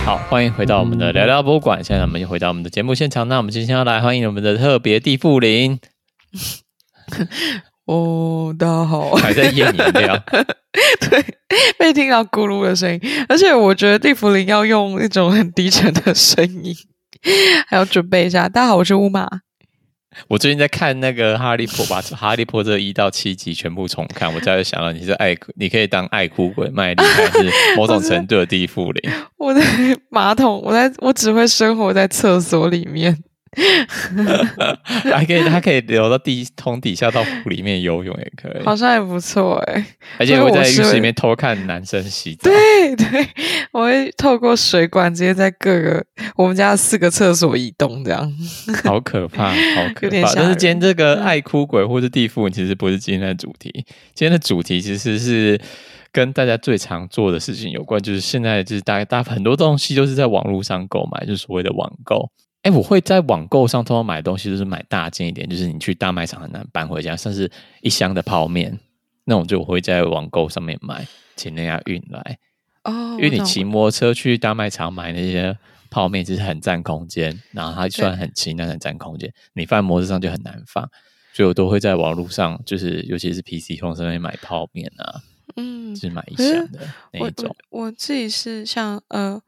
好，欢迎回到我们的聊聊博物馆。现在我们又回到我们的节目现场，那我们今天要来欢迎我们的特别地缚灵。 哦，大家好， 还在验饮料。 对，被听到咕噜的声音，而且我觉得地缚灵要用一种很低沉的声音，还要准备一下。大家好，我是乌马。 我最近在看那个哈利波特，把哈利波特1到7集全部重看，我才会想到你可以当爱哭鬼，卖力还是某种程度的地缚灵。 我在马桶，我只会生活在厕所里面。 他可以流到通底下到湖里面游泳也可以， 好像也不错而且我在浴室里面偷看男生洗澡。 对，我会透过水管直接在我们家4个厕所移动，这样好可怕，好可怕。 有点吓人。 但是今天这个爱哭鬼或是地缚灵其实不是今天的主题，今天的主题其实是跟大家最常做的事情有关，就是现在就是大家很多东西都是在网络上购买，就是所谓的网购。我会在网购上通常买东西就是买大件一点，就是你去大卖场很难搬回家，像是一箱的泡面那种，就我会在网购上面买，请人家运来。因为你骑摩托车去大卖场买那些泡面其实很占空间，然后它虽然很轻但很占空间，你放在摩托车上就很难放，所以我都会在网络上，就是尤其是 PC 上面买泡面啊，就是买一箱的那一种。 我自己是像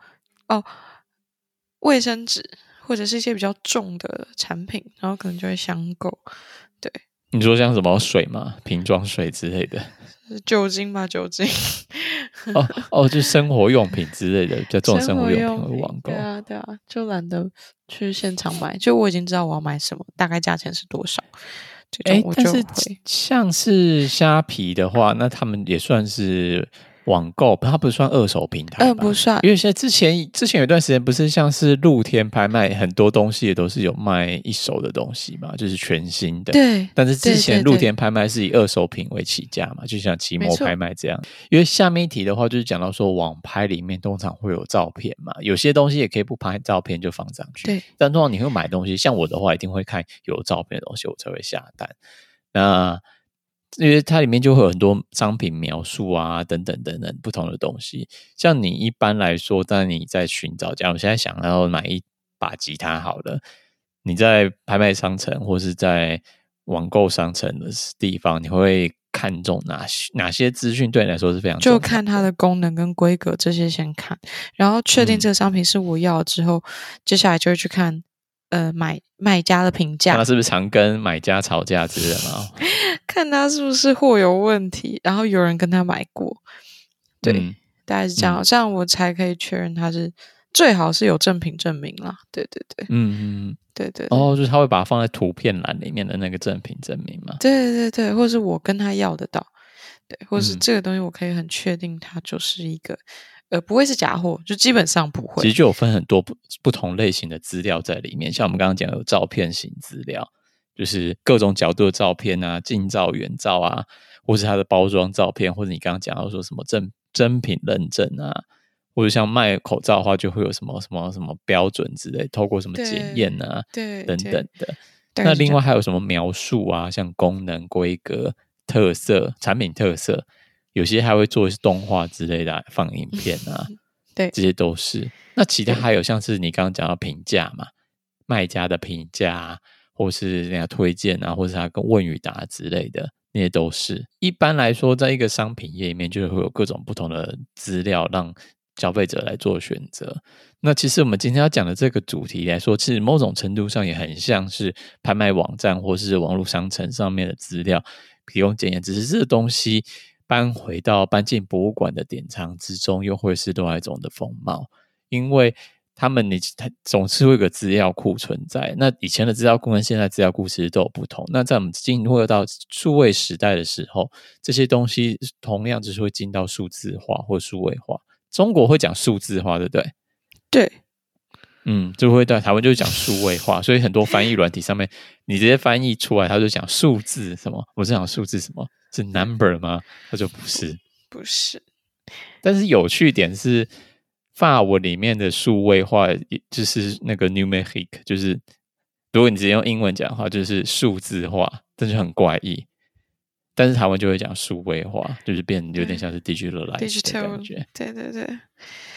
卫生纸或者是一些比较重的产品，然后可能就会箱购。对， 你说像什么水吗？瓶装水之类的？ 酒精吧，酒精。 就生活用品之类的，就这种生活用品会网购。 对啊，就懒得去现场买，就我已经知道我要买什么，大概价钱是多少。 但是像是虾皮的话，那他们也算是网购，它不算二手平台吧？ 不算， 因为现在之前有一段时间，不是像是露天拍卖，很多东西也都是有卖一手的东西嘛，就是全新的。 对。 但是之前露天拍卖是以二手品为起家嘛，就像奇摩拍卖这样。因为下面一题的话，就是讲到说网拍里面通常会有照片嘛，有些东西也可以不拍照片就放上去。 对。 但通常你会买东西，像我的话，一定会看有照片的东西，我才会下单。那因为它里面就会有很多商品描述啊，等等不同的东西。像你一般来说，当你在寻找，假如我现在想要买一把吉他好了，你在拍卖商城或是在网购商城的地方，你会看重哪些资讯对你来说是非常重要的？ 就看它的功能跟规格这些先看，然后确定这个商品是我要之后，接下来就会去看卖家的评价， 看他是不是常跟买家吵架之类的吗？ 看他是不是货有问题，然后有人跟他买过，对，大概是这样，这样我才可以确认他是最好是有正品证明啦。对，对， 就是他会把它放在图片栏里面的那个正品证明嘛？ 对，或是我跟他要得到，对，或是这个东西我可以很确定它就是一个不会是假货，就基本上不会。 其实就有分很多不同类型的资料在里面，像我们刚刚讲有照片型资料，就是各种角度的照片啊，近照、远照啊，或是它的包装照片，或者你刚刚讲到说什么真品认证啊，或者像卖口罩的话，就会有什么标准之类，透过什么检验啊，等等的。那另外还有什么描述啊，像功能、规格、特色、产品特色。有些还会做动画之类的，放影片啊， 对， 这些都是。那其他还有像是你刚刚讲到评价嘛，卖家的评价，或是人家推荐啊，或是他跟问与答之类的，那些都是。一般来说，在一个商品页里面，就会有各种不同的资料让消费者来做选择。那其实我们今天要讲的这个主题来说，其实某种程度上也很像是拍卖网站或是网络商城上面的资料提供检验，只是这个东西搬进博物馆的典藏之中，又会是另外一种的风貌，因为他总是会有个资料库存在。那以前的资料库跟现在资料库其实都有不同。那在我们进入到数位时代的时候，这些东西同样就是会进到数字化或数位化。中国会讲数字化，对不对？ 对。 就会在台湾就讲数位化，所以很多翻译软体上面，你直接翻译出来，他就讲数字什么，我是讲数字什么，是 number 吗？他就不是， 不是。 但是有趣点是，法文里面的数位化就是那个 numeric， 就是如果你直接用英文讲的话，就是数字化，这就很怪异。但是台湾就会讲数位化，就是变有点像是 digitalize 的感觉。 对。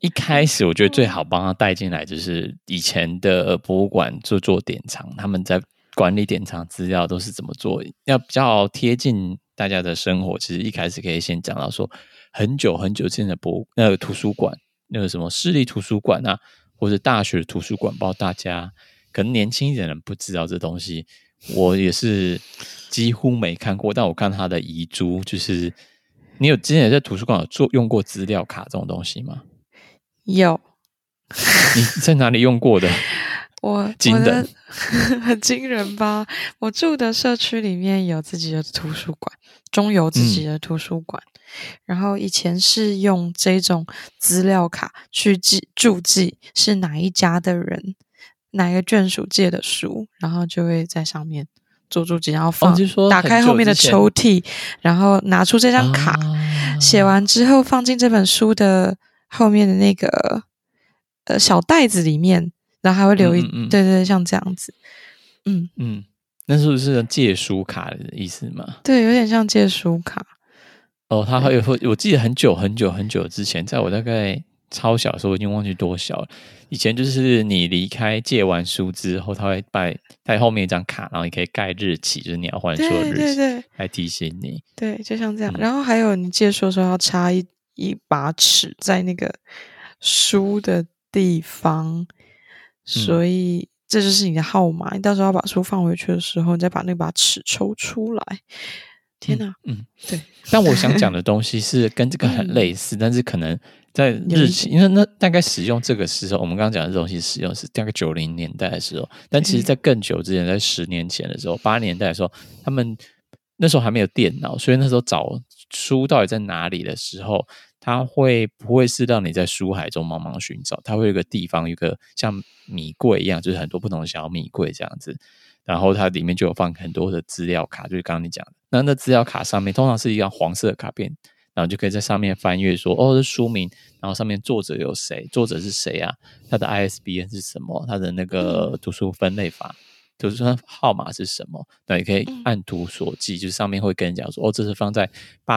一开始我觉得最好帮他带进来，就是以前的博物馆做典藏，他们在管理典藏资料都是怎么做，要比较贴近大家的生活。其实一开始可以先讲到说，很久很久之前的图书馆，那个什么市立图书馆啊，或者大学的图书馆，包括大家可能年轻一点的人不知道这东西，我也是几乎没看过。但我看他的遗珠，就是你有之前在图书馆有用过资料卡这种东西吗？ 有。 你在哪里用过的？ 我的很惊人吧？我住的社区里面有自己的图书馆，中有自己的图书馆。然后以前是用这种资料卡去注记是哪一家的人，哪一个眷属借的书，然后就会在上面做注记，然后打开后面的抽屉，然后拿出这张卡，写完之后放进这本书的后面的那个小袋子里面。然后还会留对对，像这样子， 那是不是借书卡的意思吗？ 对，有点像借书卡。 哦，他还有，我记得很久很久很久之前，在我大概超小的时候，我已经忘记多小了。以前就是你离开借完书之后，他会带后面一张卡，然后你可以盖日期，就是你要还书的日期，来提醒你。 对，就像这样。然后还有你借书的时候要插一把尺在那个书的地方。所以这就是你的号码，你到时候要把书放回去的时候，你再把那把尺抽出来。天哪，对。 但我想讲的东西是跟这个很类似，但是可能在日期，因为那大概使用这个时候，我们刚刚讲的这东西使用是大概90年代的时候，但其实在更久之前，在10年前的时候，80年代的时候，他们那时候还没有电脑，所以那时候找书到底在哪里的时候，它不会是让你在书海中茫茫寻找，它会有一个地方，有一个像米柜一样，就是很多不同的小米柜这样子，然后它里面就有放很多的资料卡，就是刚刚你讲的，那资料卡上面通常是一张黄色的卡片，然后就可以在上面翻阅说，这书名，然后上面作者有谁，作者是谁啊，他的 ISBN 是什么，他的那个图书分类法，图书号码是什么，那你可以按图索骥，就是上面会跟你讲说，这是放在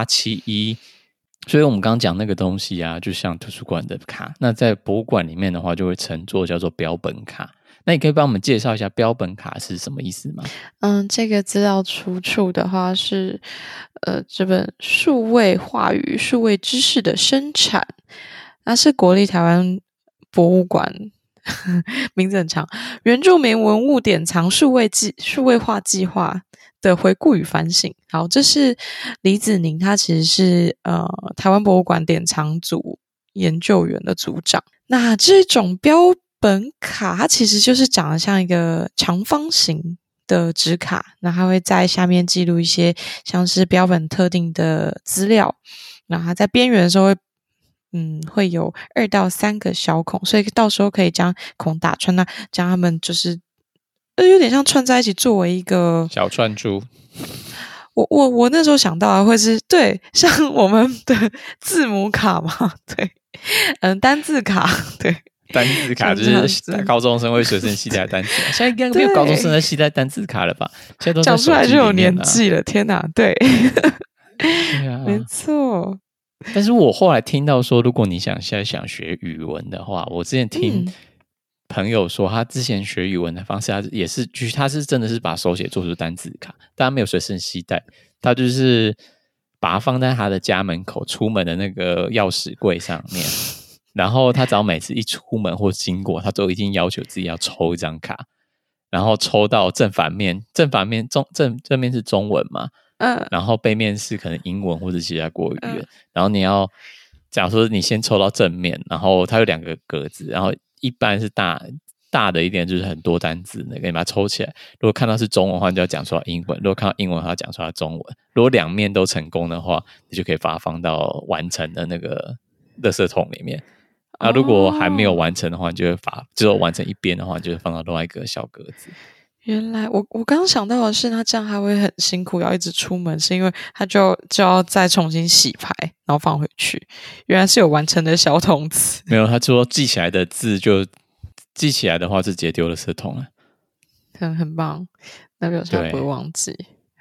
871。所以我们刚刚讲那个东西啊，就像图书馆的卡，那在博物馆里面的话就会称作叫做标本卡。那你可以帮我们介绍一下标本卡是什么意思吗？ 这个资料出处的话是这本数位话语数位知识的生产，那是国立台湾博物馆名字很长，原住民文物典藏数位化计划的回顾与反省。好，这是李子宁，他其实是台湾博物馆典藏组研究员的组长。那这种标本卡，它其实就是长得像一个长方形的纸卡，那它会在下面记录一些像是标本特定的资料，然后它在边缘的时候会有2到3个小孔，所以到时候可以将孔打穿，那将它们就是有点像串在一起，作为一个小串珠。 我那时候想到的会是对，像我们的字母卡嘛，对，单字卡，对， 单字卡就是高中生会随身携带的单字卡，现在应该没有高中生在携带单字卡了吧？现在都讲出来就有年纪了，天哪，对，没错。 但是我后来听到说，如果你现在想学语文的话，我之前听朋友说，他之前学语文的方式，他是真的是把手写做出单字卡，但他没有随身携带，他就是把它放在他的家门口出门的那个钥匙柜上面，然后他只要每次一出门或经过，他都一定要求自己要抽一张卡，然后抽到正反面正面是中文嘛，然后背面是可能英文或者其他国语言，然后你要假如说你先抽到正面，然后它有2个格子，然后一般是大的一点就是很多单字，那个你把它抽起来，如果看到是中文的话，你就要讲出来英文；如果看到英文的话，讲出来中文。如果2面都成功的话，你就可以把它放到完成的那个垃圾桶里面。那如果还没有完成的话，你就会只有完成一边的话，你就会放到另外一个小格子。 原来我刚刚想到的是，他这样还会很辛苦，要一直出门，是因为他就要再重新洗牌，然后放回去。原来是有完成的小桶子。 没有，他说记起来的字就记起来的话，就直接丢垃圾桶了。 很棒，那表示他不会忘记。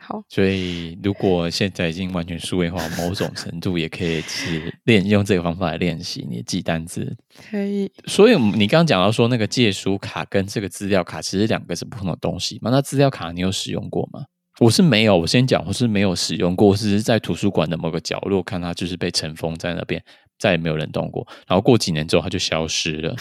好， 所以如果现在已经完全数位化，某种程度也可以是用这个方法来练习你的记单字。 可以。 所以你刚刚讲到说那个借书卡跟这个资料卡其实两个是不同的东西嘛？那资料卡你有使用过吗？我是没有，我先讲，我是没有使用过，我只是在图书馆的某个角落看它就是被尘封在那边，再也没有人动过。然后过几年之后它就消失了，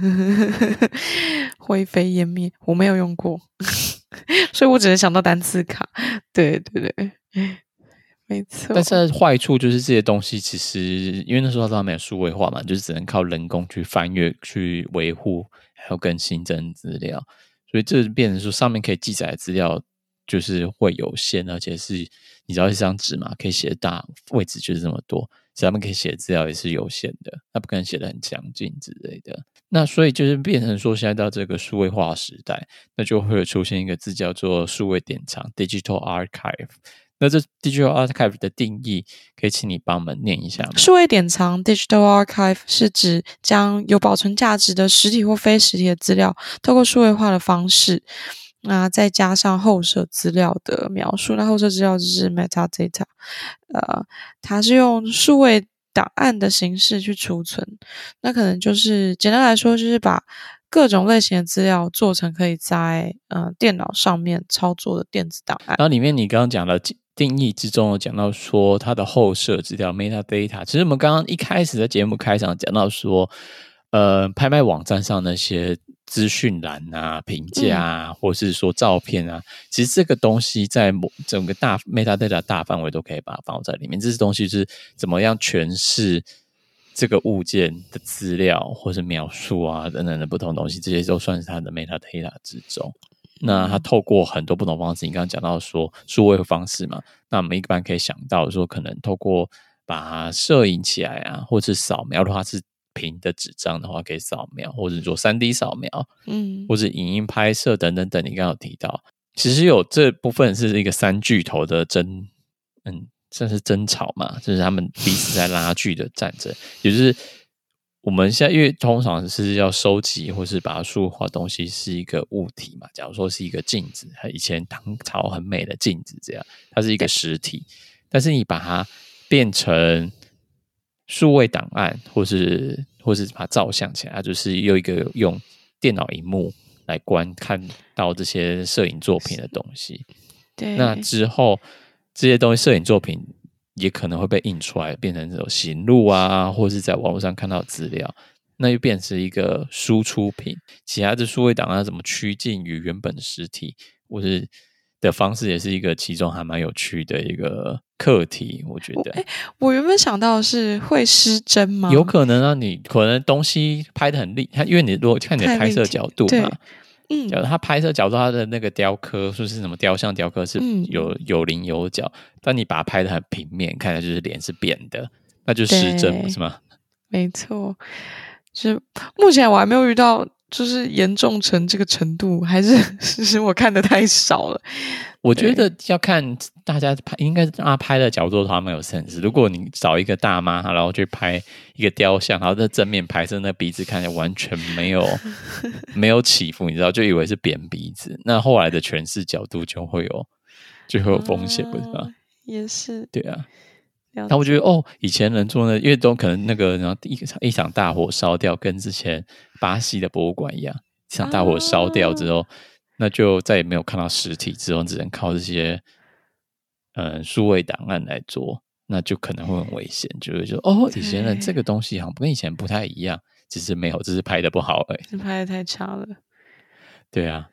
灰飞烟灭。我没有用过，所以我只能想到单词卡。对对对，没错。 但是坏处就是这些东西其实因为那时候它没有数位化嘛，就是只能靠人工去翻阅、去维护，还有更新增资料，所以这变成说上面可以记载的资料就是会有限，而且是你知道一张纸嘛，可以写的大位置就是这么多，所以他们可以写的资料也是有限的，他不可能写得很详尽之类的。那所以就是变成说现在到这个数位化时代，那就会有出现一个字叫做数位典藏 Digital Archive。那这 Digital Archive 的定义可以请你帮我们念一下吗？ 数位典藏 Digital Archive 是指将有保存价值的实体或非实体的资料透过数位化的方式，那再加上后设资料的描述，那后设资料就是 metadata， 它是用数位档案的形式去储存，那可能就是简单来说就是把各种类型的资料做成可以在电脑上面操作的电子档案。 然后里面你刚刚讲的定义之中有讲到说它的后设资料 metadata， 其实我们刚刚一开始在节目开场讲到说拍卖网站上那些资讯栏啊、评价啊，或是说照片啊，其实这个东西在整个大 metadata 大范围都可以把它放在里面。这些东西是怎么样诠释这个物件的资料或是描述啊等等的不同东西，这些都算是它的 metadata 之中。那它透过很多不同方式，你刚刚讲到说数位的方式嘛，那我们一般可以想到说可能透过把它摄影起来啊，或是扫描的话是平的纸张的话可以扫描，或者说 3D 扫描，或者影音拍摄等等等，你刚刚有提到，其实有这部分是一个三巨头的算是争吵嘛，就是他们彼此在拉锯的战争，也就是我们现在因为通常是要收集或是把它数化的东西是一个物体嘛，假如说是一个镜子，以前唐朝很美的镜子这样，它是一个实体，但是你把它变成数位档案或是把它照相起来，它就是用电脑萤幕来观看到这些摄影作品的东西。 对， 那之后这些东西摄影作品也可能会被印出来变成这种型录啊，或是在网络上看到资料，那就变成一个输出品。其他的数位档案怎么趋近于原本的实体或是的方式，也是一个其中还蛮有趣的一个课题，我觉得。 我原本想到的是会失真吗？ 有可能啊，你可能东西拍得很因为你如果看你的拍摄角度嘛，假如他拍摄角度，他的那个雕刻说是什么雕像雕刻是有棱有角，但你把它拍得很平面，看起来就是脸是扁的，那就失真是吗？ 没错，就是目前我还没有遇到，就是严重成这个程度，还是我看的太少了。 我觉得要看大家拍，应该是他拍的角度他们有 sense。如果你找一个大妈，然后去拍一个雕像，然后在正面拍摄，那鼻子看起来完全没有起伏，你知道，就以为是扁鼻子。那后来的诠释角度就会有风险，不是吗？ 也是， 对啊。那我觉得以前人做呢，因为都可能那个然后一场大火烧掉，跟之前巴西的博物馆一样，一场大火烧掉之后。那就再也没有看到实体，之后只能靠这些数位档案来做，那就可能会很危险。就是说以前的这个东西好像跟以前不太一样，其实没有，只是拍的不好而已， 是拍的太差了。 对啊，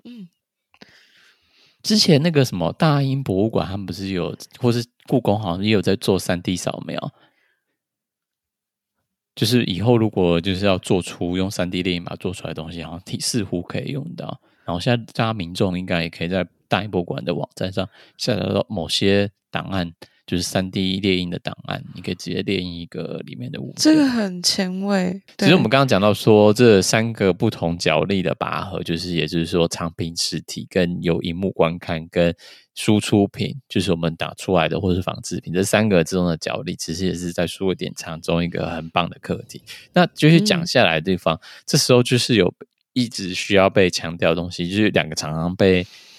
之前那个什么大英博物馆，他们不是有，或是故宫好像也有在做 3D 扫描，就是以后如果就是要做出用 3D 列印把它做出来的东西，好像似乎可以用到。然后现在大家民众应该也可以在大英博物馆的网站上下载到某些档案，就是 3D 列印的档案，你可以直接列印一个里面的物件。 这个很前卫。 其实我们刚刚讲到说，这3个不同角力的拔河，也就是说藏品实体跟有萤幕观看跟输出品，就是我们打出来的或是仿制品，这3个之中的角力，其实也是在数位典藏中一个很棒的课题。那继续讲下来的地方，这时候就是有一直需要被强调的东西，就是2个常常被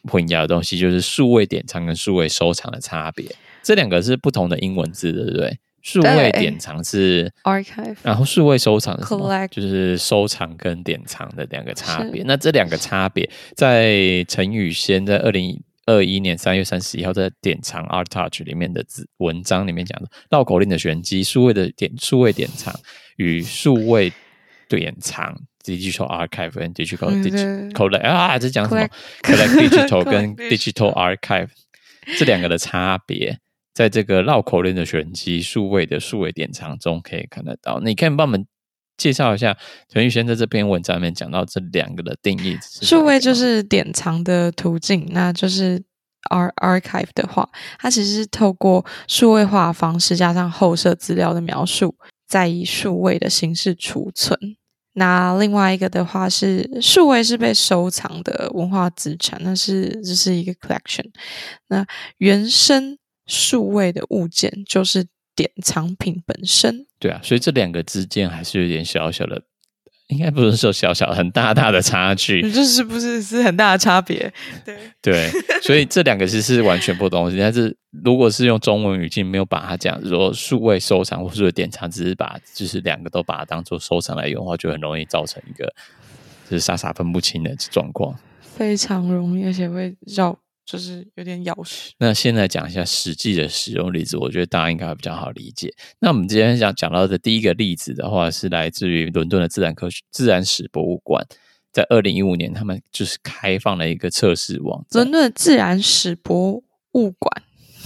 混淆的东西，就是数位典藏跟数位收藏的差别。这两个是不同的英文字，对不对？数位典藏是 archive， 然后数位收藏是什么？就是收藏跟典藏的两个差别。那这两个差别，在陈宇先在2021年3月31号在典藏 ArtTouch 里面的文章里面讲的绕口令的玄机，数位典藏与数位典藏 Digital Archive 跟 Digital Collect 这讲什么 Collect Digital 跟 Digital Archive 这两个的差别，在这个绕口令的玄机数位典藏中可以看得到。你可以帮我们介绍一下陈宇先在这篇文章里面讲到这两个的定义。 数位就是典藏的途径，那就是 archive 的话，它其实是透过数位化方式加上后设资料的描述，再以数位的形式储存。那另外一个的话是数位是被收藏的文化资产，这是一个 collection。那原生数位的物件就是典藏品本身。 对啊，所以这两个之间还是有点小小的，应该不是说小小，很大的差距。 就是不是很大的差别？ 对，所以这两个其实是完全不同的东西。但是如果是用中文语境，没有把它讲说数位收藏或数位典藏，只是就是两个都把它当做收藏来用的话，就很容易造成一个就是傻分不清的状况。 非常容易，而且会就是有点咬实。 那现在讲一下实际的使用例子，我觉得大家应该会比较好理解。那我们今天讲到的第一个例子的话，是来自于伦敦的自然史博物馆，在2015年他们就是开放了一个测试网站。 伦敦的自然史博物馆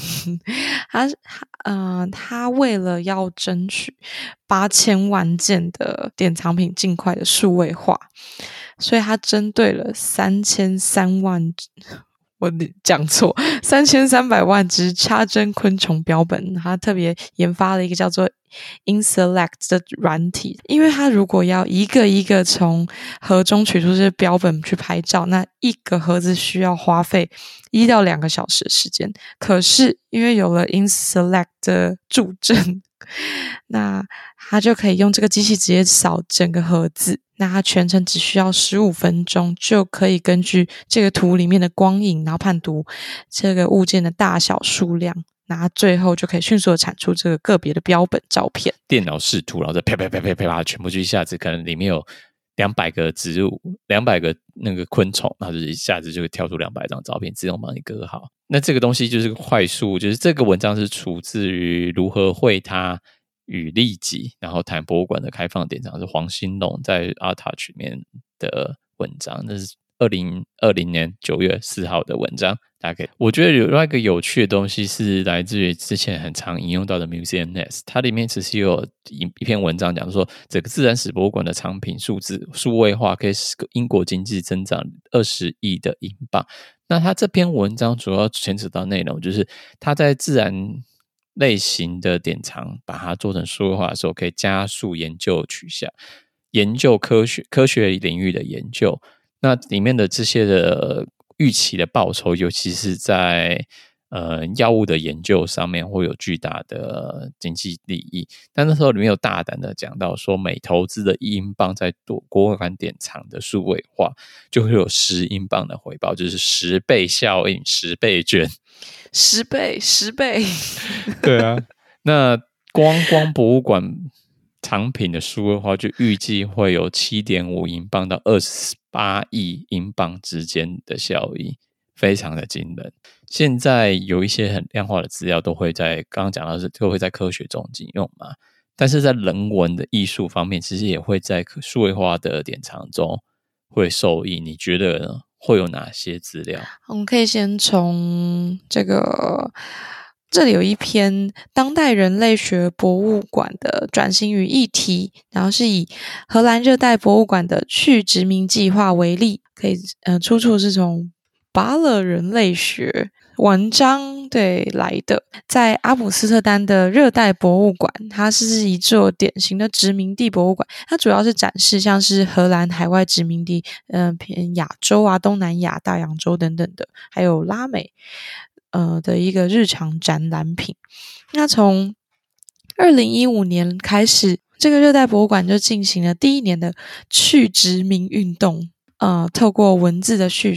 他为了要争取8000万件的典藏品尽快的数位化，所以他针对了3300万只插针昆虫标本，他特别研发了一个叫做 InSelect 的软体，因为他如果要一个一个从盒中取出这些标本去拍照，那一个盒子需要花费1到2个小时的时间。可是因为有了 InSelect 的助阵，那他就可以用这个机器直接扫整个盒子，那它全程只需要15分钟，就可以根据这个图里面的光影，然后判读这个物件的大小数量，那最后就可以迅速的产出这个个别的标本照片。 电脑视图，然后再啪全部就一下子，可能里面有200个植物，200个那个昆虫，然后就一下子就会跳出200张照片，自动帮你割好。那这个东西就是快速，就是这个文章是出自于如何绘它与利己，然后谈博物馆的开放典藏，是黄兴隆在 ArtTouch 里面的文章，那是2020年9月4号的文章。大家可以，我觉得有另外一个有趣的东西是来自于之前很常引用到的 Museum Nest， 它里面其实有一篇文章讲说，整个自然史博物馆的藏品数位化可以使英国经济增长20亿的英镑。那它这篇文章主要牵扯到内容，就是它在自然类型的典藏把它做成数位化的时候，可以加速研究取向，研究科学领域的研究。那里面的这些的预期的报酬，尤其是在药物的研究上面会有巨大的经济利益。但那时候里面有大胆的讲到说，每投资的1英镑在博物馆典藏的数位化，就会有10英镑的回报，就是10倍效应，10倍券 ，10倍对啊，那光博物馆藏品的数位化就预计会有7.5英镑到28亿英镑之间的效益，非常的惊人。现在有一些很量化的资料都会在刚刚讲到是都会在科学中应用嘛，但是在人文的艺术方面，其实也会在数位化的典藏中会受益。你觉得呢？会有哪些资料？ 我们可以先从这里有一篇当代人类学博物馆的转型与议题，然后是以荷兰热带博物馆的去殖民计划为例，可以出处是从巴勒人类学文章来的。在阿姆斯特丹的热带博物馆，它是一座典型的殖民地博物馆，它主要是展示像是荷兰海外殖民地偏亚洲啊、东南亚、大洋洲等等的，还有拉美的一个日常展览品。那从2015年开始，这个热带博物馆就进行了第1年的去殖民运动，透过文字的叙述，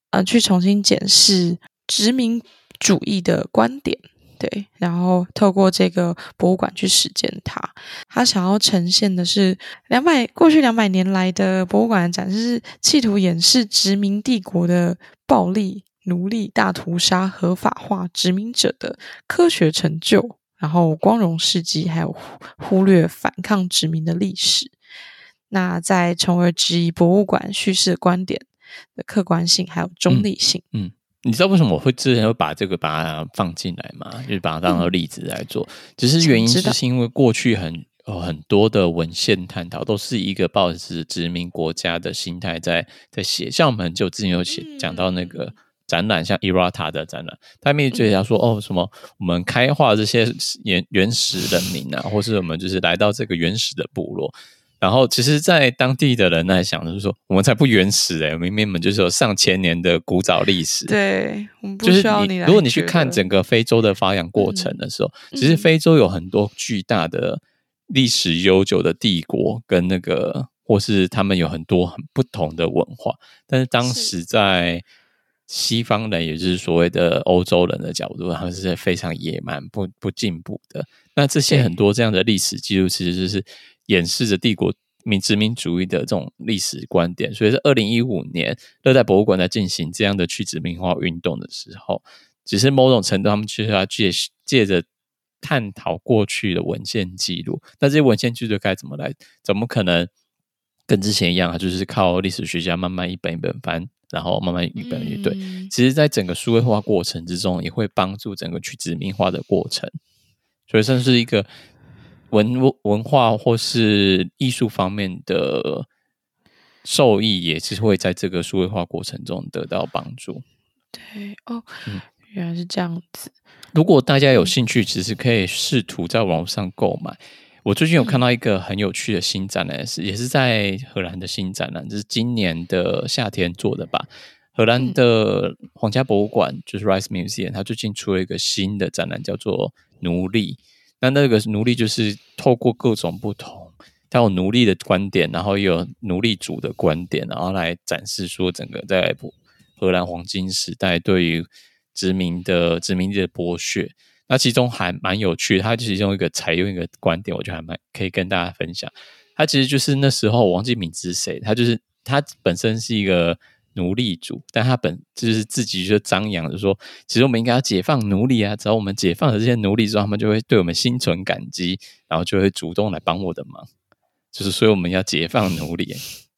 去重新检视殖民主义的观点。对，然后透过这个博物馆去实践它，他想要呈现的是过去200年来的博物馆的展示，是企图掩饰殖民帝国的暴力、奴隶大屠杀、合法化殖民者的科学成就，然后光荣事迹，还有忽略反抗殖民的历史。那再从而质疑博物馆叙事观点的客观性还有中立性。 你知道为什么我之前会把它放进来吗？就是把它当做例子来做。只是原因就是因为过去很多的文献探讨都是一个抱着殖民国家的心态在写，像我们就之前有讲到那个展览，像 Irata 的展览，他们就讲说什么我们开化这些原始人民啊，或是我们就是来到这个原始的部落。然后其实在当地的人在想就是说我们才不原始明明我们就是有上千年的古早历史。 对，我们不需要你来， 如果你去看整个非洲的发展过程的时候，其实非洲有很多巨大的历史悠久的帝国跟那个或是他们有很多很不同的文化，但是当时在西方人也就是所谓的欧洲人的角度，他们是非常野蛮不进步的。那这些很多这样的历史记录其实就是掩饰着帝国殖民主义的这种历史观点。所以在2015年热带博物馆在进行这样的去殖民化运动的时候，只是某种程度他们就是要借着探讨过去的文献记录。那这些文献记录该怎么可能跟之前一样，就是靠历史学家慢慢一本一本翻，然后慢慢一本一对。其实在整个数位化过程之中也会帮助整个去殖民化的过程，所以算是一个文化或是艺术方面的受益，也是会在这个数位化过程中得到帮助。 对原来是这样子。 如果大家有兴趣，其实可以试图在网络上购买。我最近有看到一个很有趣的新展览，也是在荷兰的新展览，这是今年的夏天做的吧。荷兰的皇家博物馆就是 Rijksmuseum， 它最近出了一个新的展览，叫做奴隶。那个奴隶就是透过各种不同，它有奴隶的观点，然后也有奴隶主的观点，然后来展示说整个在荷兰黄金时代对于殖民地的剥削。那其中还蛮有趣的，它其中采用一个观点，我觉得还蛮可以跟大家分享。它其实就是那时候我忘记名字是谁，他本身是一个奴隶主，但他就是自己就张扬着说，其实我们应该要解放奴隶啊！只要我们解放了这些奴隶之后，他们就会对我们心存感激，然后就会主动来帮我的忙。就是所以我们要解放奴隶。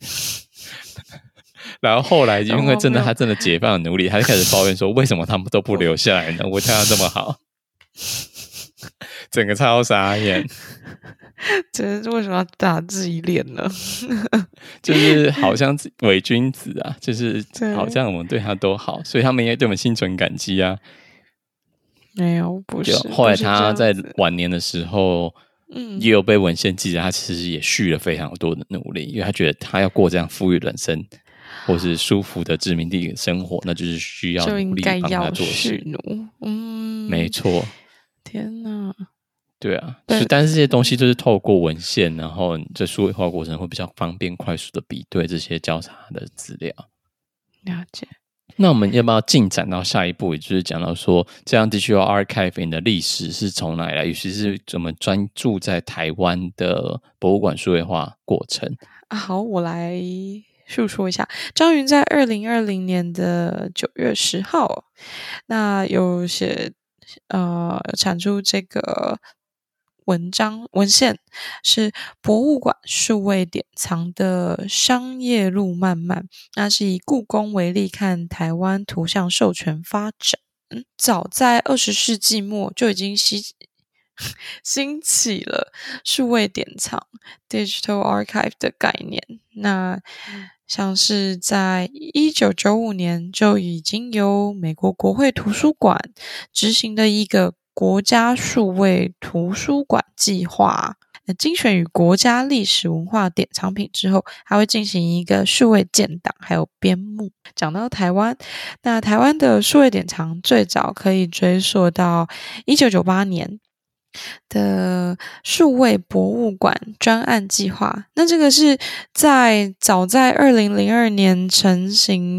然后后来因为他真的解放了奴隶，他就开始抱怨说，为什么他们都不留下来呢？我对他这么好。整个超傻眼。 这是为什么要打自己脸呢？ 就是好像伪君子啊，就是好像我们对他都好，所以他们应该对我们心存感激啊。 没有，不是。 后来他在晚年的时候，也有被文献记载，他其实也蓄了非常多的努力，因为他觉得他要过这样富裕人生或是舒服的殖民地生活，那就是需要努力帮他做事。没错。 天哪！ 对啊，但是这些东西就是透过文献，然后在数位化过程会比较方便快速的比对这些交叉的资料。 了解。 那我们要不要进展到下一步，也就是讲到说这样 Digital Archiving 的历史是从哪里来，尤其是我们专注在台湾的博物馆数位化过程。 好，我来述说一下。张云在2020年的9月10号，那有产出这个文献，是博物馆数位典藏的商业路漫漫，那是以故宫为例看台湾图像授权发展。早在20世纪末就已经兴起了数位典藏 Digital Archive 的概念。那像是在1995年就已经由美国国会图书馆执行的一个国家数位图书馆计划，精选与国家历史文化典藏品之后，还会进行一个数位建档还有编目。讲到台湾，那台湾的数位典藏最早可以追溯到1998年的数位博物馆专案计划。那这个是早在2002年成型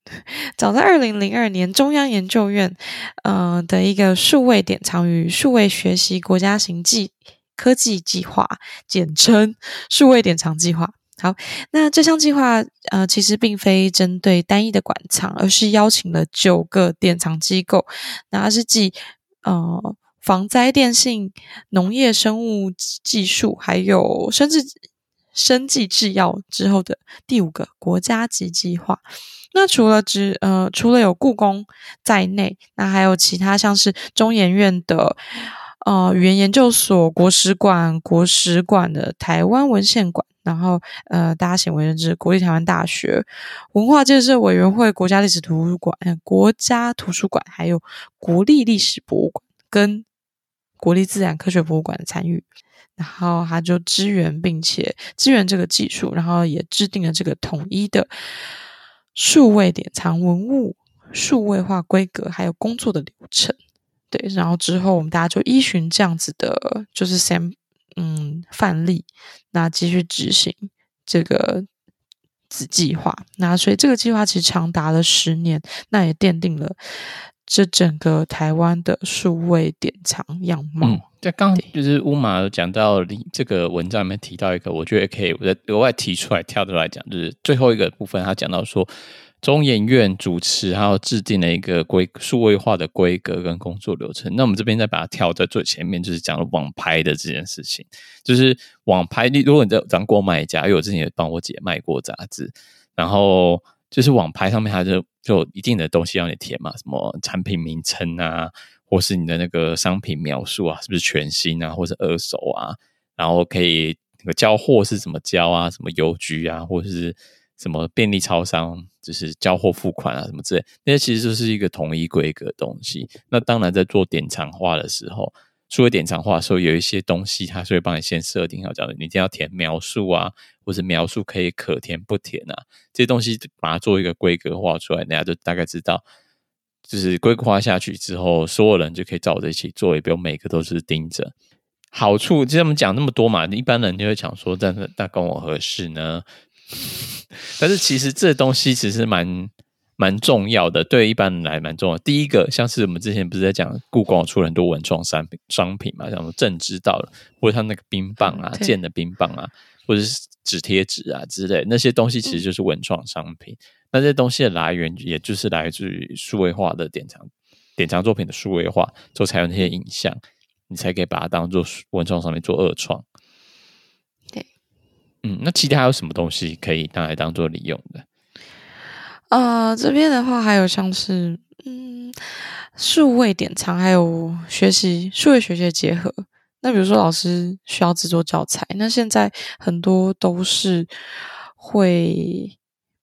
早在2002年，中央研究院的一个数位典藏与数位学习国家型科技计划，简称数位典藏计划。好，那这项计划其实并非针对单一的馆藏，而是邀请了9个典藏机构，那它是继防灾电信、农业生物技术还有生技制药之后的第5个国家级计划。那除了有故宫在内，那还有其他像是中研院的语言研究所、国史馆的台湾文献馆，然后大家鲜为人知国立台湾大学、文化建设委员会、国家历史图书馆、国家图书馆，还有国立历史博物馆跟国立自然科学博物馆的参与。然后他就支援这个技术，然后也制定了这个统一的数位典藏文物数位化规格还有工作的流程。对，然后之后我们大家就依循这样子的就是范例，那继续执行这个子计划。那所以这个计划其实长达了10年，那也奠定了这整个台湾的数位典藏样貌。 在刚就是乌马有讲到这个文章里面提到一个，我觉得可以我再额外提出来跳出来讲，就是最后一个部分他讲到说中研院主持还有制定了一个数位化的规格跟工作流程。那我们这边再把它跳在最前面，就是讲了网拍的这件事情。就是网拍，如果你当过卖家，因为我之前也帮我姐卖过杂志，然后就是网拍上面它就有一定的东西要你填嘛，什么产品名称啊，或是你的那个商品描述啊，是不是全新啊，或是二手啊，然后可以那个交货是怎么交啊，什么邮局啊，或者是什么便利超商，就是交货付款啊什么之类，那些其实就是一个统一规格的东西。那当然在做典藏化的时候，数位典藏化的时候，有一些东西它是会帮你先设定好，讲你一定要填描述啊，或者描述可以可填不填啊，这些东西把它做一个规格化出来，大家就大概知道，就是规格化下去之后，所有人就可以照着一起做，也不用每个都是盯着。好处其实我们讲那么多嘛，一般人就会讲说那跟我何事呢？但是其实这东西其实蛮重要的，对一般人来蛮重要的。第一个，像是我们之前不是在讲故宫出了很多文创商品嘛，像什么正知道了，或者他那个冰棒啊、建的冰棒啊，或者是纸贴纸啊之类，那些东西其实就是文创商品。那这些东西的来源，也就是来自于数位化的典藏作品的数位化，之后才有那些影像，你才可以把它当做文创上面做二创。 对， 那其他还有什么东西可以拿来当做利用的？ 这边的话还有像是数位典藏还有数位学习的结合。那比如说老师需要制作教材，那现在很多都是会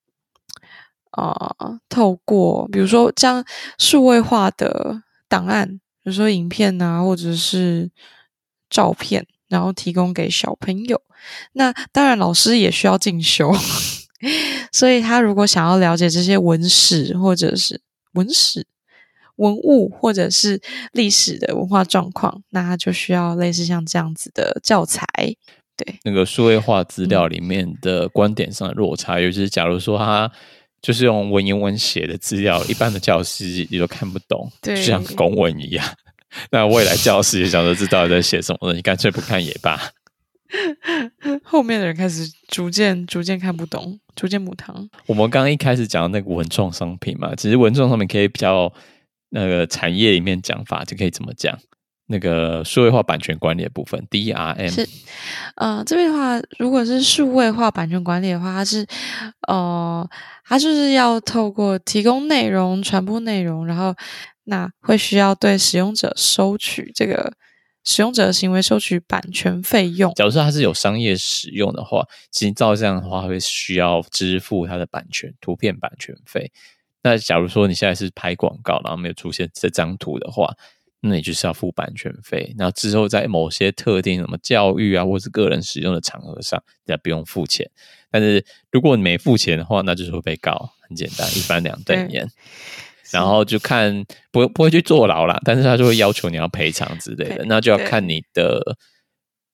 透过比如说将数位化的档案，比如说影片啊或者是照片，然后提供给小朋友。那当然老师也需要进修所以他如果想要了解这些文史或者是文物或者是历史的文化状况，那他就需要类似像这样子的教材。对， 那个数位化资料里面的观点上的落差，尤其是假如说他就是用文言文写的资料，一般的教师也都看不懂，就像公文一样。那未来教师也想说知道在写什么，你干脆不看也罢。 后面的人开始逐渐看不懂，逐渐母汤。 我们刚刚一开始讲的那个文创商品嘛，其实文创商品可以比较那个产业里面讲法，就可以怎么讲？那个数位化版权管理的部分 DRM 是，这边的话，如果是数位化版权管理的话，它就是要透过提供内容、传播内容，然后那会需要对使用者收取这个使用者的行为收取版权费用。 假如说它是有商业使用的话，其实照这样的话会需要支付它的图片版权费。那假如说你现在是拍广告，然后没有出现这张图的话，那你就是要付版权费。然后之后在某些特定什么教育啊，或是个人使用的场合上，你不用付钱。但是如果你没付钱的话，那就是会被告，很简单，一翻两瞪眼。然后就看不会去坐牢啦，但是他就会要求你要赔偿之类的，那就要看你的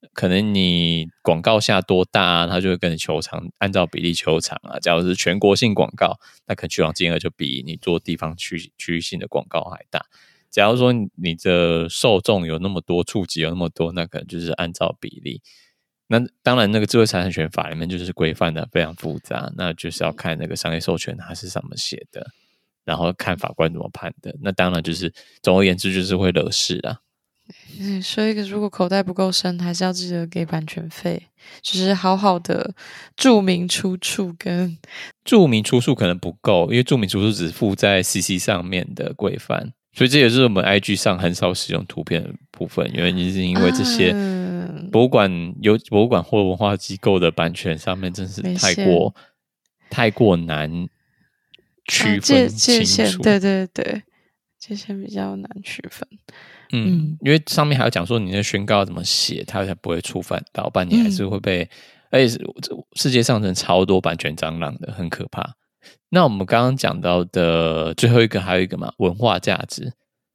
可能你广告下多大啊，它就会跟你求偿按照比例求偿啊。假如是全国性广告，那可能求偿金额就比你做地方区域性的广告还大。假如说你的受众有那么多，触及有那么多，那可能就是按照比例。那当然，那个智慧财产权法里面就是规范的非常复杂，那就是要看那个商业授权它是怎么写的，然后看法官怎么判的。那当然就是总而言之就是会惹事啊。 说一个，如果口袋不够深，还是要记得给版权费，就是好好的注明出处跟注明出处可能不够，因为注明出处只附在 CC 上面的规范。所以这也是我们 IG 上很少使用图片的部分，原因是因为这些博物馆或文化机构的版权上面真是太过难区分清楚。 对对对，界限比较难区分。 因为上面还要讲说你的宣告怎么写，它才不会触犯到，不然你还是会被。而且世界上真的超多版权蟑螂的，很可怕。那我们刚刚讲到的最后一个还有一个嘛，文化价值。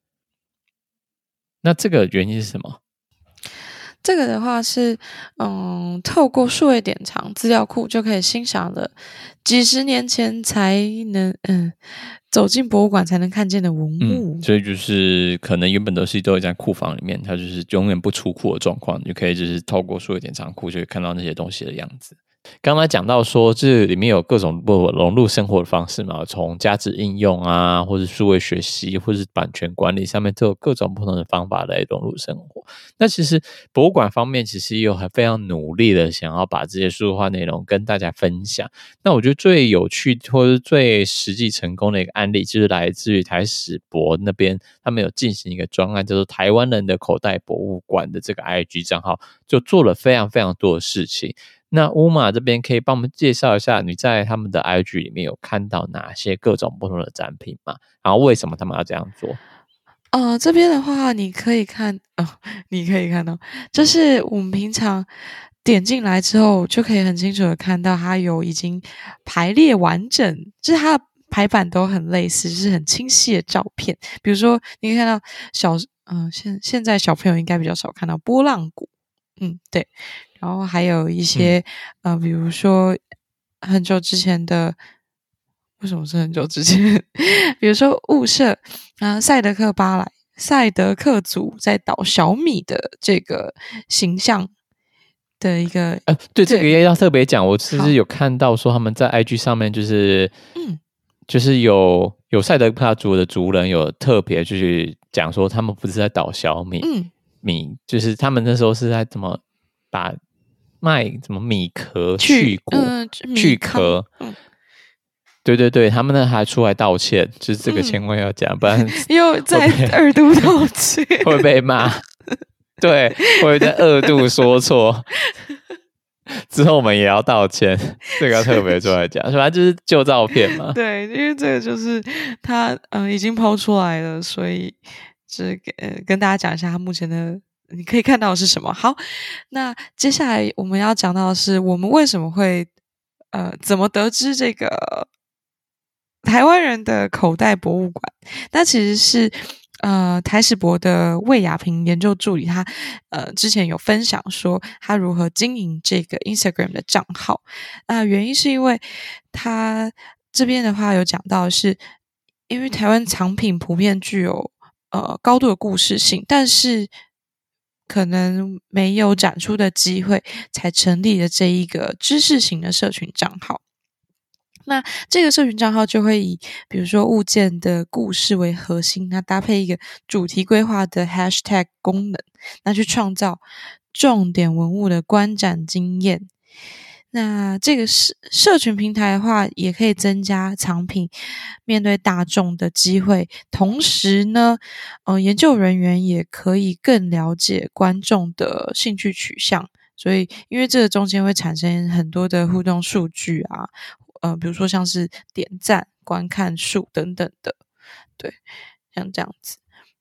那这个原因是什么？ 这个的话是，透过数位典藏资料库就可以欣赏了几十年前才能走进博物馆才能看见的文物。 所以就是可能原本都有在库房里面，它就是永远不出库的状况，你就可以就是透过数位典藏库就可以看到那些东西的样子。刚才讲到说这里面有各种融入生活的方式嘛，从价值应用啊，或是数位学习，或是版权管理上面都有各种不同的方法来融入生活。那其实博物馆方面其实也有非常努力的想要把这些数位化内容跟大家分享。那我觉得最有趣或是最实际成功的一个案例就是来自于台史博那边，他们有进行一个专案叫做台湾人的口袋博物馆的这个 IG 账号，就做了非常非常多的事情。那乌马这边可以帮我们介绍一下你在他们的 IG 里面有看到哪些各种不同的展品吗？然后为什么他们要这样做？ 这边的话你可以看到，就是我们平常点进来之后就可以很清楚的看到它有已经排列完整，就是它的排版都很类似，就是很清晰的照片。比如说你可以看到现在小朋友应该比较少看到波浪鼓，对。然后还有一些比如说很久之前的，为什么是很久之前？比如说雾社赛德克族在捣小米的这个形象的一个对，这个也要特别讲。我其实有看到说他们在 IG 上面就是就是有赛德克族的族人有特别去讲说他们不是在捣小米，就是他们那时候是在怎么把什么米壳去壳，对对对，他们那还出来道歉，就是这个千万要讲，不然又在二度道歉， 会被骂。对，会在二度说错，之后我们也要道歉，这个要特别出来讲，反正就是旧照片嘛。 对，因为这个就是他已经抛出来了，所以就是跟大家讲一下他目前的。你可以看到的是什么？好，那接下来我们要讲到的是，我们为什么会怎么得知这个台湾人的口袋博物馆？那其实是台史博的魏雅萍研究助理，他之前有分享说他如何经营这个 Instagram 的账号。原因是因为他这边的话有讲到是，因为台湾藏品普遍具有高度的故事性，但是可能没有展出的机会，才成立了这一个知识型的社群账号。那这个社群账号就会以比如说物件的故事为核心，那搭配一个主题规划的 hashtag 功能，那去创造重点文物的观展经验。那这个社群平台的话，也可以增加藏品面对大众的机会，同时呢，研究人员也可以更了解观众的兴趣取向。所以，因为这个中间会产生很多的互动数据啊，比如说像是点赞、观看数等等的，对，像这样子。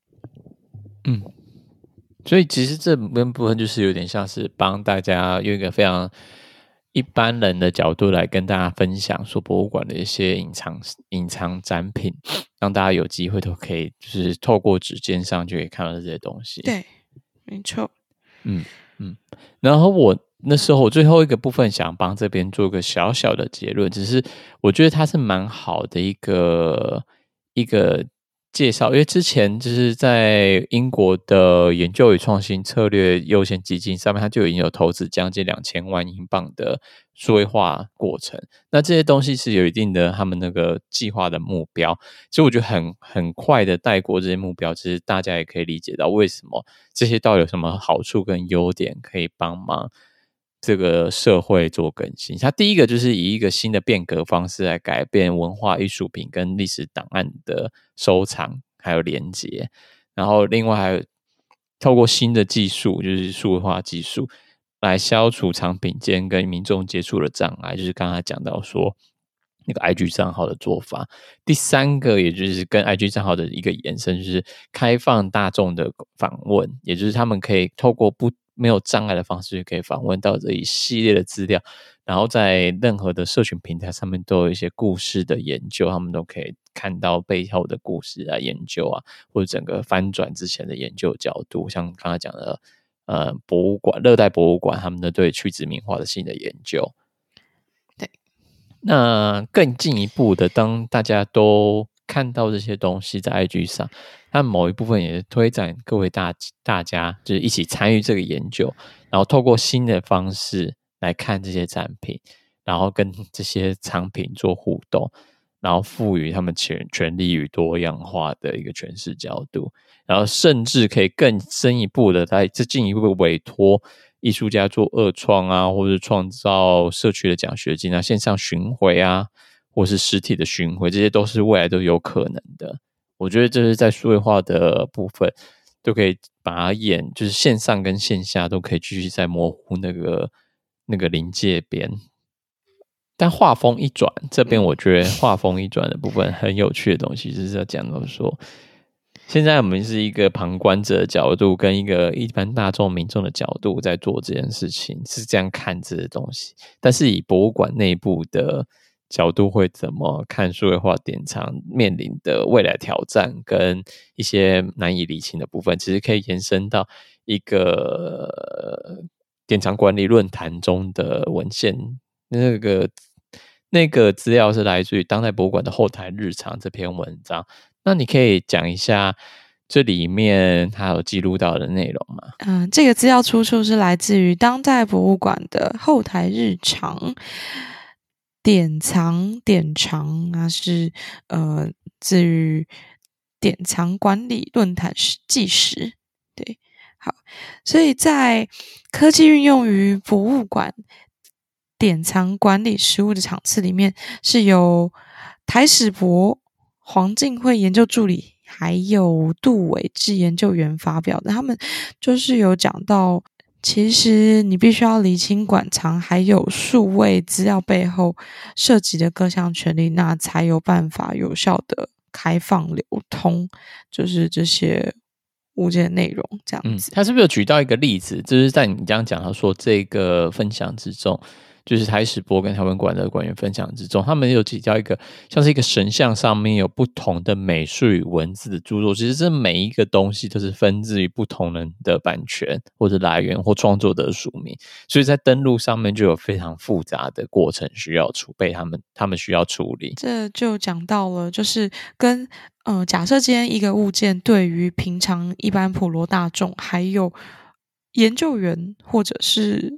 所以其实这部分就是有点像是帮大家用一个非常一般人的角度来跟大家分享说博物馆的一些隐藏展品，让大家有机会都可以就是透过指尖上就可以看到这些东西。 对，没错。 然后我那时候我最后一个部分想帮这边做个小小的结论，只是我觉得它是蛮好的一个介绍，因为之前就是在英国的研究与创新策略优先基金上面，它就已经有投资将近2000万英镑的数位化过程。那这些东西是有一定的他们那个计划的目标，所以我觉得很快的带过这些目标，其实大家也可以理解到为什么这些到底有什么好处跟优点可以帮忙这个社会做更新。它第一个就是以一个新的变革方式来改变文化艺术品跟历史档案的收藏还有连结，然后另外还有透过新的技术，就是数位化技术来消除藏品间跟民众接触的障碍，就是刚才讲到说那个 IG 账号的做法。第三个也就是跟 IG 账号的一个延伸，就是开放大众的访问，也就是他们可以透过没有障碍的方式可以访问到这一系列的资料，然后在任何的社群平台上面都有一些故事的研究，他们都可以看到背后的故事啊、研究啊，或者整个翻转之前的研究角度，像刚才讲的博物馆、热带博物馆他们的对去殖民化的新的研究。 对， 那更进一步的，当大家都看到这些东西在 IG 上，它某一部分也是推展各位大家就是一起参与这个研究，然后透过新的方式来看这些展品，然后跟这些藏品做互动，然后赋予他们权利与多样化的一个诠释角度，然后甚至可以更深一步的再进一步委托艺术家做二创啊，或者创造社区的奖学金啊、线上巡回啊，或是实体的巡回，这些都是未来都有可能的。我觉得这是在数位化的部分都可以把它就是线上跟线下都可以继续在模糊那个临界边。但画风一转，这边我觉得画风一转的部分很有趣的东西，就是要讲到说，现在我们是一个旁观者的角度，跟一个一般大众民众的角度在做这件事情，是这样看这些东西。但是以博物馆内部的角度会怎么看数位化典藏面临的未来挑战跟一些难以理清的部分，其实可以延伸到一个典藏管理论坛中的文献。那个资料是来自于当代博物馆的后台日常这篇文章，那你可以讲一下这里面它有记录到的内容吗？ 这个资料出处是来自于当代博物馆的后台日常典藏那是至于典藏管理论坛纪实。对，好，所以在科技运用于博物馆典藏管理实务的场次里面，是由台史博黄敬惠研究助理还有杜伟志研究员发表的。他们就是有讲到，其实你必须要厘清馆藏还有数位资料背后涉及的各项权利，那才有办法有效的开放流通，就是这些物件内容这样子。 他是不是有举到一个例子，就是在你刚刚讲到说这个分享之中，就是台史博跟台湾馆的馆员分享之中，他们有提到一个像是一个神像上面有不同的美术与文字的著作，其实这每一个东西都是分自于不同人的版权或者来源或创作者署名，所以在登录上面就有非常复杂的过程需要被他们需要处理。 这就讲到了，就是跟假设今天一个物件对于平常一般普罗大众，还有研究员或者是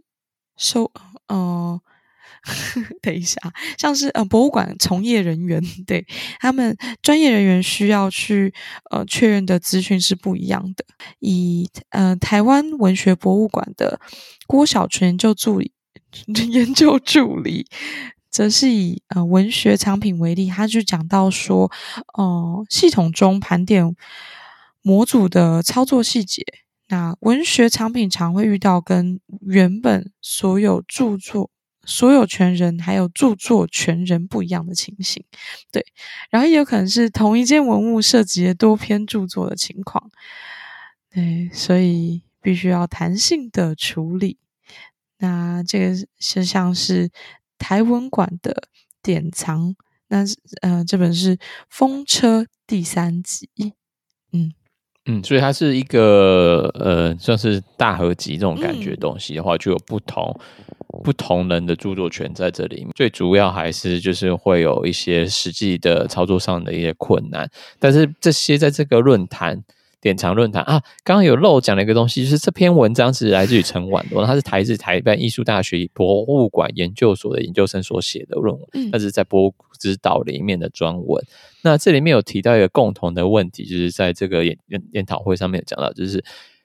等一下，像是博物馆从业人员，对，他们专业人员需要去确认的资讯是不一样的。以台湾文学博物馆的郭小纯研究助理，则是以文学藏品为例，他就讲到说，系统中盘点模组的操作细节。那文学藏品常会遇到跟原本所有权人还有著作权人不一样的情形，对，然后也有可能是同一件文物涉及了多篇著作的情况，对，所以必须要弹性的处理。那这个就像是台文馆的典藏，那这本是风车第3集， 所以它是一个算是大合集这种感觉东西的话，就有不同人的著作权在这里面。最主要还是就是会有一些实际的操作上的一些困难，但是这些在这个典藏论坛啊，刚刚有漏讲了一个东西，就是这篇文章是来自于陈婉罗，他是台北艺术大学博物馆研究所的研究生所写的论文，那是在博物指导里面的专文。那这里面有提到一个共同的问题，就是在这个研讨会上面有讲到，就是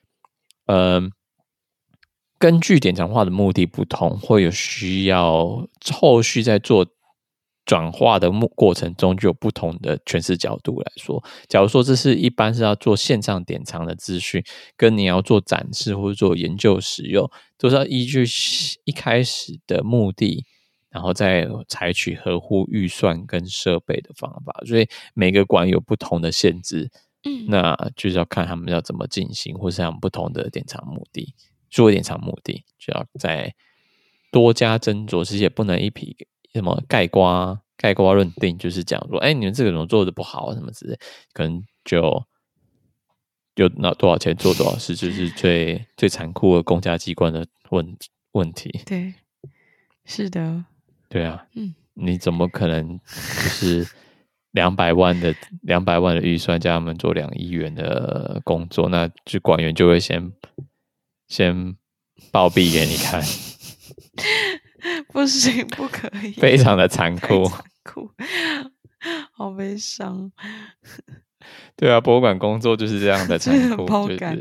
根据典藏化的目的不同，会有需要后续在做转化的过程中就有不同的诠释角度来说。假如说这是一般是要做线上典藏的资讯，跟你要做展示或者做研究使用，都是要依据一开始的目的，然后再采取合乎预算跟设备的方法，所以每个馆有不同的限制，那就是要看他们要怎么进行，或是他们不同的典藏目的，数位典藏目的就要再多加斟酌，其实也不能一匹什么概括论定，就是讲说，你们这个怎么做的不好什么之类，可能就拿多少钱做多少事，就是最残酷的公家机关的问题。 对，是的， 对啊，你怎么可能就是200万的预算叫他们做2亿元的工作，那就馆员就会先暴毙给你看。 不行，不可以， 非常的残酷， 好悲伤。 对啊，博物馆工作就是这样的残酷， 爆肝，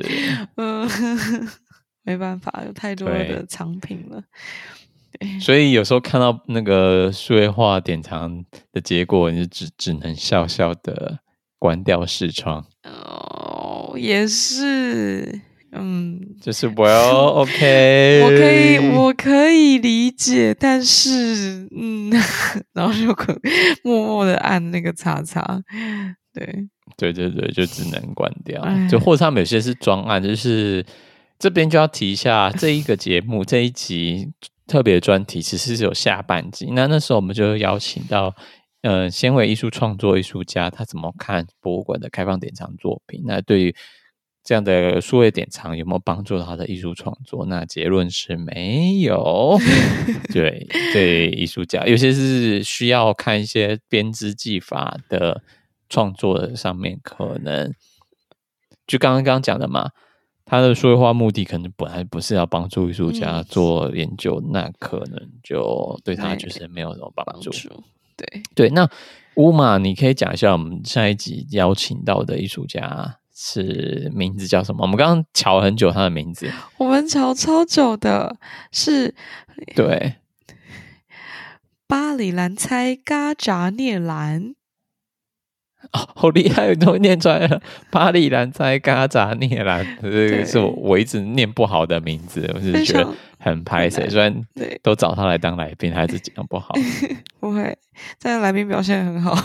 没办法，有太多的藏品了。 所以有时候看到那个数位化典藏的结果，你就只能笑笑的关掉视窗。 也是。 就是 well OK， 我可以理解，但是然后就默默的按那个叉叉， 对，就只能关掉。就或者他们有些是专案，就是这边就要提一下，这一个节目这一集特别专题其实是有下半集，那时候我们就邀请到纤维艺术创作艺术家，他怎么看博物馆的开放典藏作品，那对于这样的数位典藏有没有帮助到他的艺术创作？那结论是没有。对艺术家，有些是需要看一些编织技法的创作上面，可能就刚刚讲的嘛，他的数位化目的可能本来不是要帮助艺术家做研究，那可能就对他就是没有什么帮助。对，那乌马，你可以讲一下我们下一集邀请到的艺术家是名字叫什么？我们刚刚瞧了很久他的名字， 我们瞧超久的，是对， 巴里兰猜嘎扎涅兰。 好厉害，都念出来了。巴里兰猜嘎扎涅兰，这个是我一直念不好的名字，我是觉得很拍谁，虽然都找他来当来宾，还是讲不好。 不会，这来宾表现很好。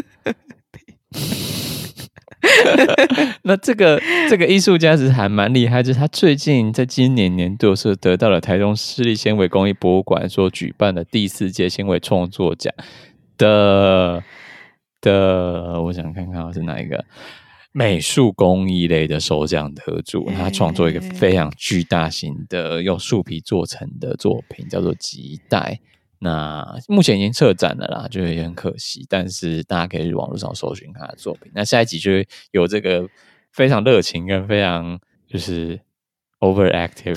那这个艺术家其实还蛮厉害，就是他最近在今年年度是得到了台中市立纤维工艺博物馆所举办的第4届纤维创作奖的，我想看看是哪一个美术工艺类的首奖得主。他创作一个非常巨大型的用树皮做成的作品，叫做极带。那目前已经撤展了啦，就也很可惜，但是大家可以去网络上搜寻他的作品。那下一集就会有这个非常热情跟非常就是 overactive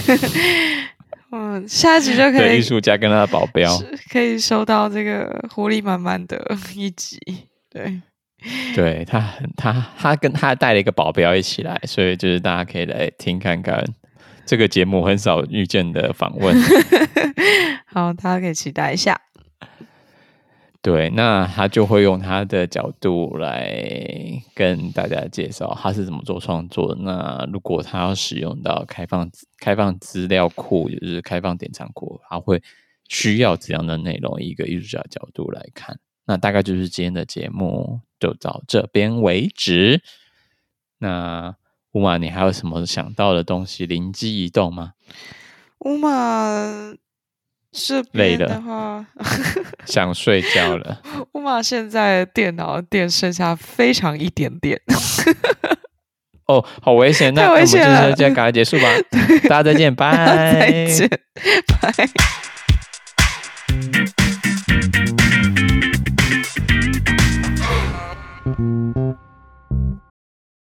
下一集就可以对艺术家跟他的保镖可以收到这个活力满满的一集。 对，他跟他带了一个保镖一起来，所以就是大家可以来听看看这个节目很少遇见的访问。 好，大家可以期待一下。 对，那他就会用他的角度来跟大家介绍他是怎么做创作的。那如果他要使用到开放资料库，也就是开放典藏库，他会需要怎样的内容？一个艺术家角度来看，那大概就是今天的节目就到这边为止。那乌马，你还有什么想到的东西灵机一动吗？ 乌马这边的话想睡觉了。 乌马现在电脑电剩下非常一点点。 哦，好危险！那我们就赶快结束吧。大家再见，拜。 再见，拜。